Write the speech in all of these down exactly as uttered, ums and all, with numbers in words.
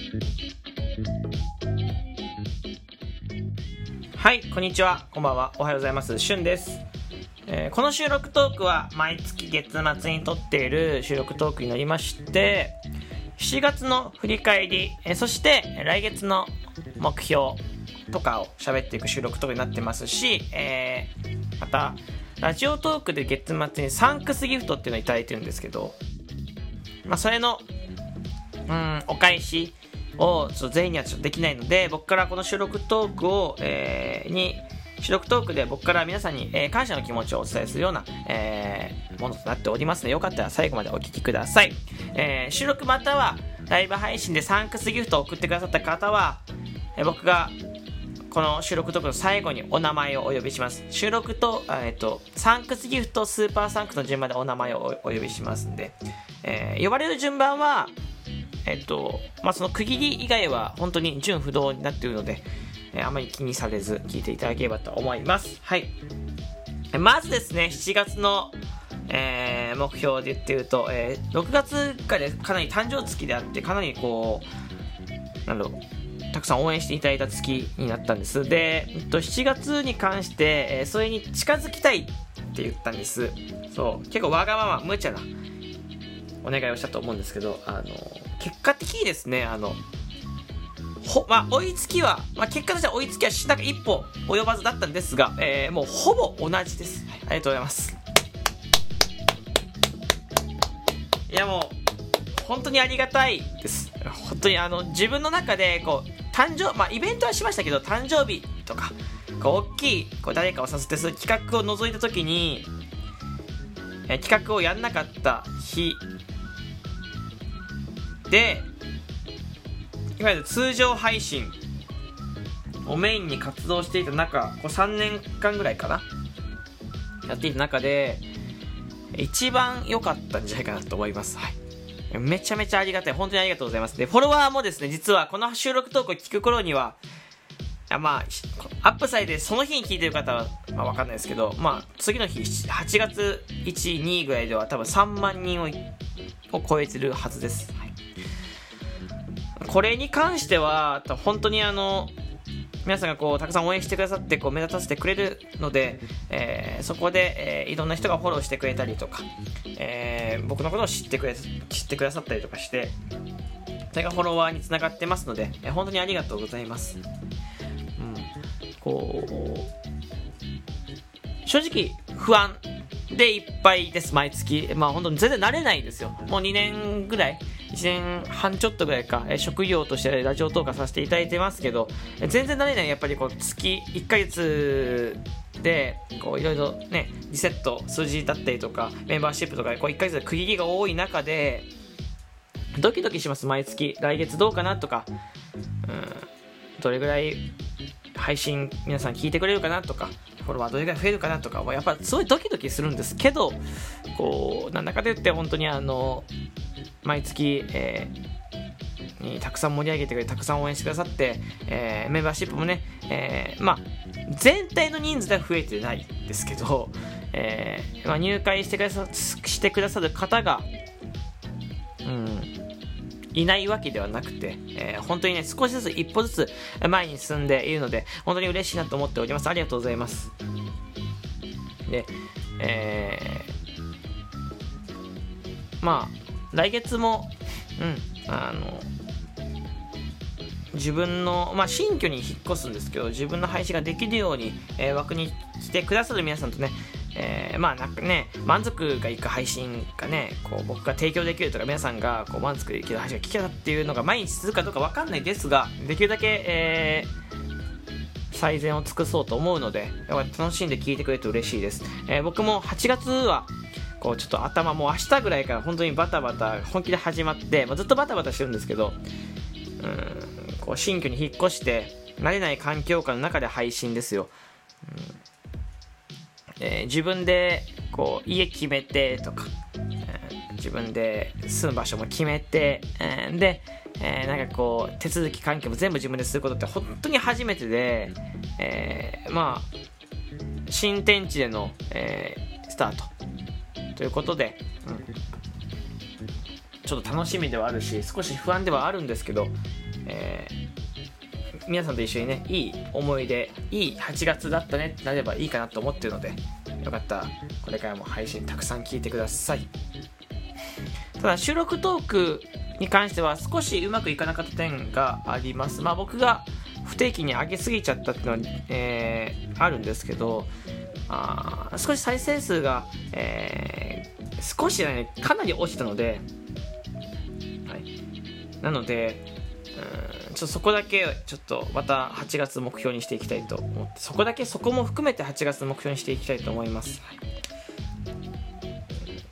はい、こんにちは、こんばんは、おはようございます。しゅんです。えー、この収録トークは毎月月末に撮っている収録トークになりまして、しちがつの振り返り、えー、そして来月の目標とかを喋っていく収録トークになってますし、えー、またラジオトークで月末にサンクスギフトっていうのをいただいてるんですけど、まあ、それのうんお返しをちょっと全員にはちょっとできないので、僕からこの収録トークを、えー、に収録トークで僕から皆さんに、えー、感謝の気持ちをお伝えするような、えー、ものとなっておりますので、よかったら最後までお聞きください。えー、収録またはライブ配信でサンクスギフトを送ってくださった方は、えー、僕がこの収録トークの最後にお名前をお呼びします。収録と、えー、とサンクスギフトスーパーサンクスの順番でお名前を お, お呼びしますんで、えー、呼ばれる順番はえっとまあ、その区切り以外は本当に順不動になっているので、えー、あまり気にされず聞いていただければと思います。はい。まずですね、しちがつの、えー、目標で言っていると、えー、ろくがつがでかなり誕生月であって、かなりこうなんだろうたくさん応援していただいた月になったんです。で、えっと、しちがつに関して、えー、それに近づきたいって言ったんです。そう結構わがまま無茶なお願いをしたと思うんですけど、あの結果的にですね、あのほ、まあ、追いつきは、まあ、結果としては追いつきはしなんか一歩及ばずだったんですが、えー、もうほぼ同じです、はい、ありがとうございます。いやもう本当にありがたいです。本当にあの自分の中でこう誕生、まあ、イベントはしましたけど、誕生日とかこう大きいこう誰かを誘ってする企画を除いた時に、えー、企画をやんなかった日で、いわゆる通常配信をメインに活動していた中、こうさんねんかんぐらいかなやっていた中で一番良かったんじゃないかなと思います。はい、めちゃめちゃありがたい、本当にありがとうございます。で、フォロワーもですね、実はこの収録トークを聞く頃には、まあアップされてその日に聞いてる方は、まあ、分かんないですけど、まあ次の日はちがついち、にぐらいでは多分さんまんにんをを超えてるはずです。はい、これに関しては本当にあの皆さんがこうたくさん応援してくださってこう目立たせてくれるので、えー、そこで、えー、いろんな人がフォローしてくれたりとか、えー、僕のことを知ってくれ知ってくださったりとかして、それがフォロワーにつながってますので、えー、本当にありがとうございます。うん、こう正直不安でいっぱいです。毎月、まあ本当に全然慣れないんですよ。もうにねんぐらい、いちねんはんちょっとぐらいか、え職業としてラジオ投下させていただいてますけど、え全然慣れない。やっぱりこう月いっかげつでこういろいろねリセット数字だったりとかメンバーシップとかこういっかげつで区切りが多い中でドキドキします。毎月来月どうかなとか、うん、どれぐらい配信皆さん聞いてくれるかなとか、フォロワーどれぐらい増えるかなとか、やっぱすごいドキドキするんですけど、こうなんだかといって本当にあの毎月、えー、にたくさん盛り上げてくれ、たくさん応援してくださって、えー、メンバーシップもね、えー、まあ全体の人数では増えてないですけど、えーまあ、入会してくださしてくださる方が、うん、いないわけではなくて、えー、本当にね少しずつ一歩ずつ前に進んでいるので、本当に嬉しいなと思っております。ありがとうございます。で、えー、まあ来月も、うん、あの自分の、まあ、新居に引っ越すんですけど、自分の配信ができるように、えー、枠に来てくださる皆さんとね、えー、まあなんかね満足がいく配信がねこう僕が提供できるとか、皆さんがこう満足できる配信が聞けたっていうのが毎日続くかどうか分かんないですが、できるだけ、えー、最善を尽くそうと思うので、楽しんで聞いてくれると嬉しいです。えー、僕もはちがつはこうちょっと頭もう明日ぐらいから本当にバタバタ本気で始まって、まあ、ずっとバタバタしてるんですけど、うーんこう新居に引っ越して慣れない環境下の中で配信ですよ。うんえー、自分でこう家決めてとか、えー、自分で住む場所も決めて、えー、で、えー、なんかこう手続き関係も全部自分ですることって本当に初めてで、えー、まあ新天地での、えー、スタートということで、うん、ちょっと楽しみではあるし少し不安ではあるんですけど、 えー、皆さんと一緒にね、いい思い出、いいはちがつだったねってなればいいかなと思ってるので、よかったらこれからも配信たくさん聞いてください。ただ収録トークに関しては少しうまくいかなかった点があります。まあ僕が不定期に上げすぎちゃったっていうのは、えー、あるんですけど、あ少し再生数が、えー、少しねかなり落ちたので、はい、なのでうんちょっとそこだけちょっとまたはちがつ目標にしていきたいと思って、そこだけそこも含めてはちがつ目標にしていきたいと思います。はい、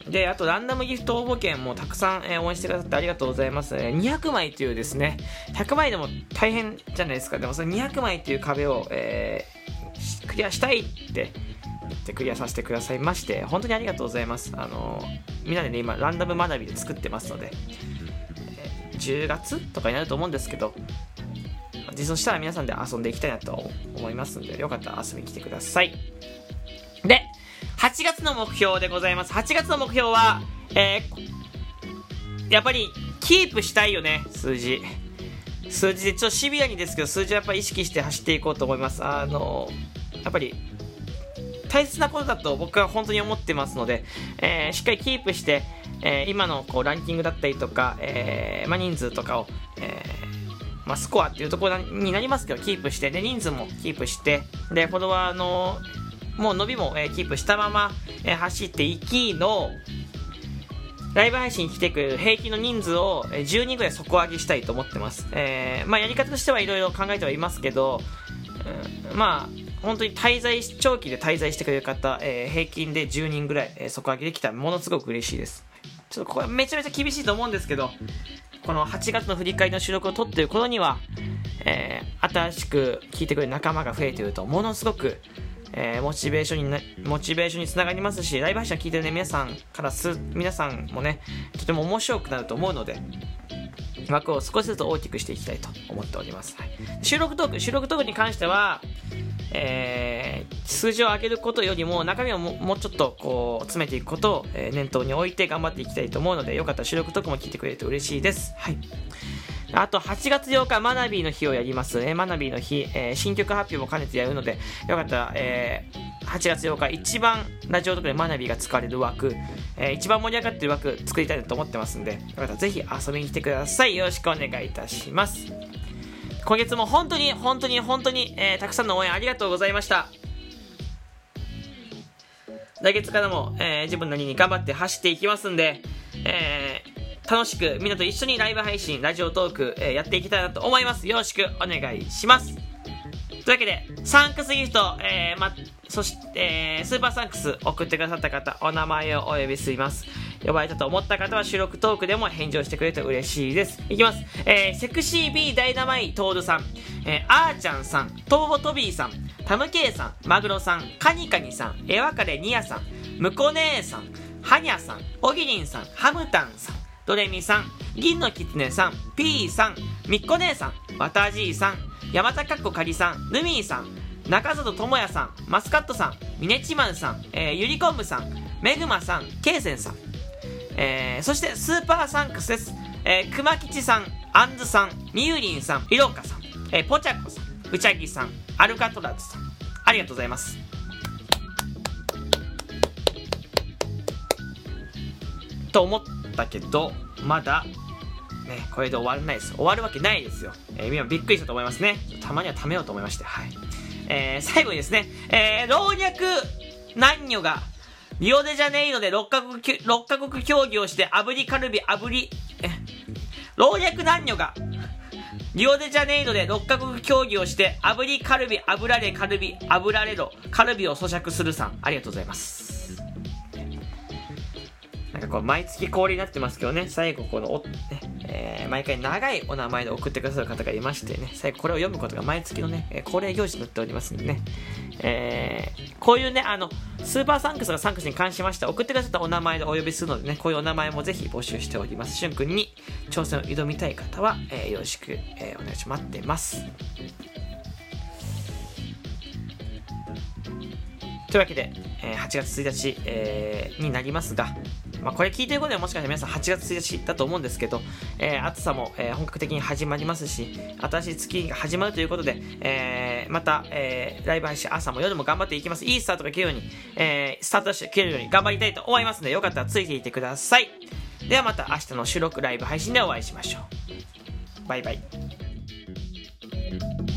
であとランダムギフト応募券もたくさん、えー、応援してくださってありがとうございます。にひゃくまいというですね、ひゃくまいでも大変じゃないですか。でもそのにひゃくまいという壁を、えー、クリアしたいって言ってクリアさせてくださいまして、本当にありがとうございます。あのー、みんなでね今ランダム学びで作ってますので、えー、じゅうがつとかになると思うんですけど、実装したら皆さんで遊んでいきたいなと思いますので、よかったら遊びに来てください。ではちがつの目標でございます。はちがつの目標は、えー、やっぱりキープしたいよね。数字数字でちょっとシビアにですけど、数字はやっぱり意識して走っていこうと思います。あのやっぱり大切なことだと僕は本当に思ってますので、えー、しっかりキープして、えー、今のこうランキングだったりとか、えーまあ、人数とかを、えーまあ、スコアっていうところになりますけどキープして、で人数もキープして、でフォロワーのもう伸びも、えー、キープしたまま、えー、走っていきのライブ配信に来てくれる平均の人数をじゅうにんぐらい底上げしたいと思ってます。えーまあ、やり方としてはいろいろ考えてはいますけど、うん、まあ本当に滞在長期で滞在してくれる方、えー、平均でじゅうにんぐらい、えー、底上げできたらものすごく嬉しいです。ちょっとこれめちゃめちゃ厳しいと思うんですけど、このはちがつの振り返りの収録を撮っている頃には、えー、新しく聞いてくれる仲間が増えているとものすごく、えー、モチベーションになモチベーションにつながりますし、ライブ配信を聞いてる、ね、皆さんからす皆さんもねとても面白くなると思うので、枠を少しずつ大きくしていきたいと思っております。はい、収録トーク収録トークに関しては、えー、数字を上げることよりも中身を も, もうちょっとこう詰めていくことを、えー、念頭に置いて頑張っていきたいと思うので、よかったら収録トークも聞いてくれると嬉しいです。はい。あとはちがつようかマナビーの日をやります。えー、マナビーの日、えー、新曲発表も兼ねてやるので、よかったら、えー、はちがつようか一番ラジオトークでマナビーが使われる枠、えー、一番盛り上がってる枠作りたいと思ってますんで、よかったらぜひ遊びに来てください。よろしくお願いいたします。今月も本当に本当に本当に、えー、たくさんの応援ありがとうございました。来月からも、えー、自分なりに頑張って走っていきますんで、えー、楽しくみんなと一緒にライブ配信ラジオトーク、えー、やっていきたいなと思います。よろしくお願いします。というわけでサンクスギフト、えーま、そして、えー、スーパーサンクス送ってくださった方、お名前をお呼びします。呼ばれたと思った方は収録トークでも返事をしてくれると嬉しいです。いきます。えー、セクシー B ダイナマイトールさん、えー、あーちゃんさん、トーボトビーさん、タムケイさん、マグロさん、カニカニさん、エワカレニヤさん、ムコ姉さん、ハニャさん、オギリンさん、ハムタンさん、ドレミさん、銀のキツネさん、ピーさん、ミッコ姉さん、ワタジーさん、山田かっこかりさん、ルミーさん、中里智也さん、マスカットさん、ミネチマンさん、えー、ユリコンブさん、メグマさん、ケイセンさん、えー、そしてスーパーサンクスです。えー、熊吉さん、アンズさん、ミユリンさん、イロカさん、えー、ポチャコさん、ウチャギさん、アルカトラズさん、ありがとうございます。と思ったけどまだねこれで終わらないです。終わるわけないですよ。えー、みんなびっくりしたと思いますね。たまには貯めようと思いまして、はい。えー、最後にですね、えー、老若男女がリオデジャネイロでろっカ国ろっカ国競技をして炙りカルビ炙りえ老若男女がリオデジャネイロでろっカ国競技をして炙りカルビ炙られカルビ炙られろカルビを咀嚼するさん、ありがとうございます。なんかこう毎月恒例になってますけどね、最後このお、ねえー、毎回長いお名前で送ってくださる方がいましてね、最後これを読むことが毎月のね、えー、恒例行事になっておりますんでね、えー、こういうね、あのスーパーサンクスがサンクスに関しまして送ってくださったお名前でお呼びするのでね、こういうお名前もぜひ募集しております。しゅんくんに挑戦を挑みたい方は、えー、よろしく、えー、お願いします。待ってます。というわけで、えー、はちがつついたち、えー、になりますが、 まあ、これ聞いてる頃ではもしかしたら皆さんはちがつついたちだと思うんですけど、えー、暑さも、えー、本格的に始まりますし、新しい月が始まるということで、えー、また、えー、ライブ配信朝も夜も頑張っていきます。いいスタートが切れるように、えー、スタートダッシュ切れるように頑張りたいと思いますので、よかったらついていてください。ではまた明日の収録ライブ配信でお会いしましょう。バイバイ。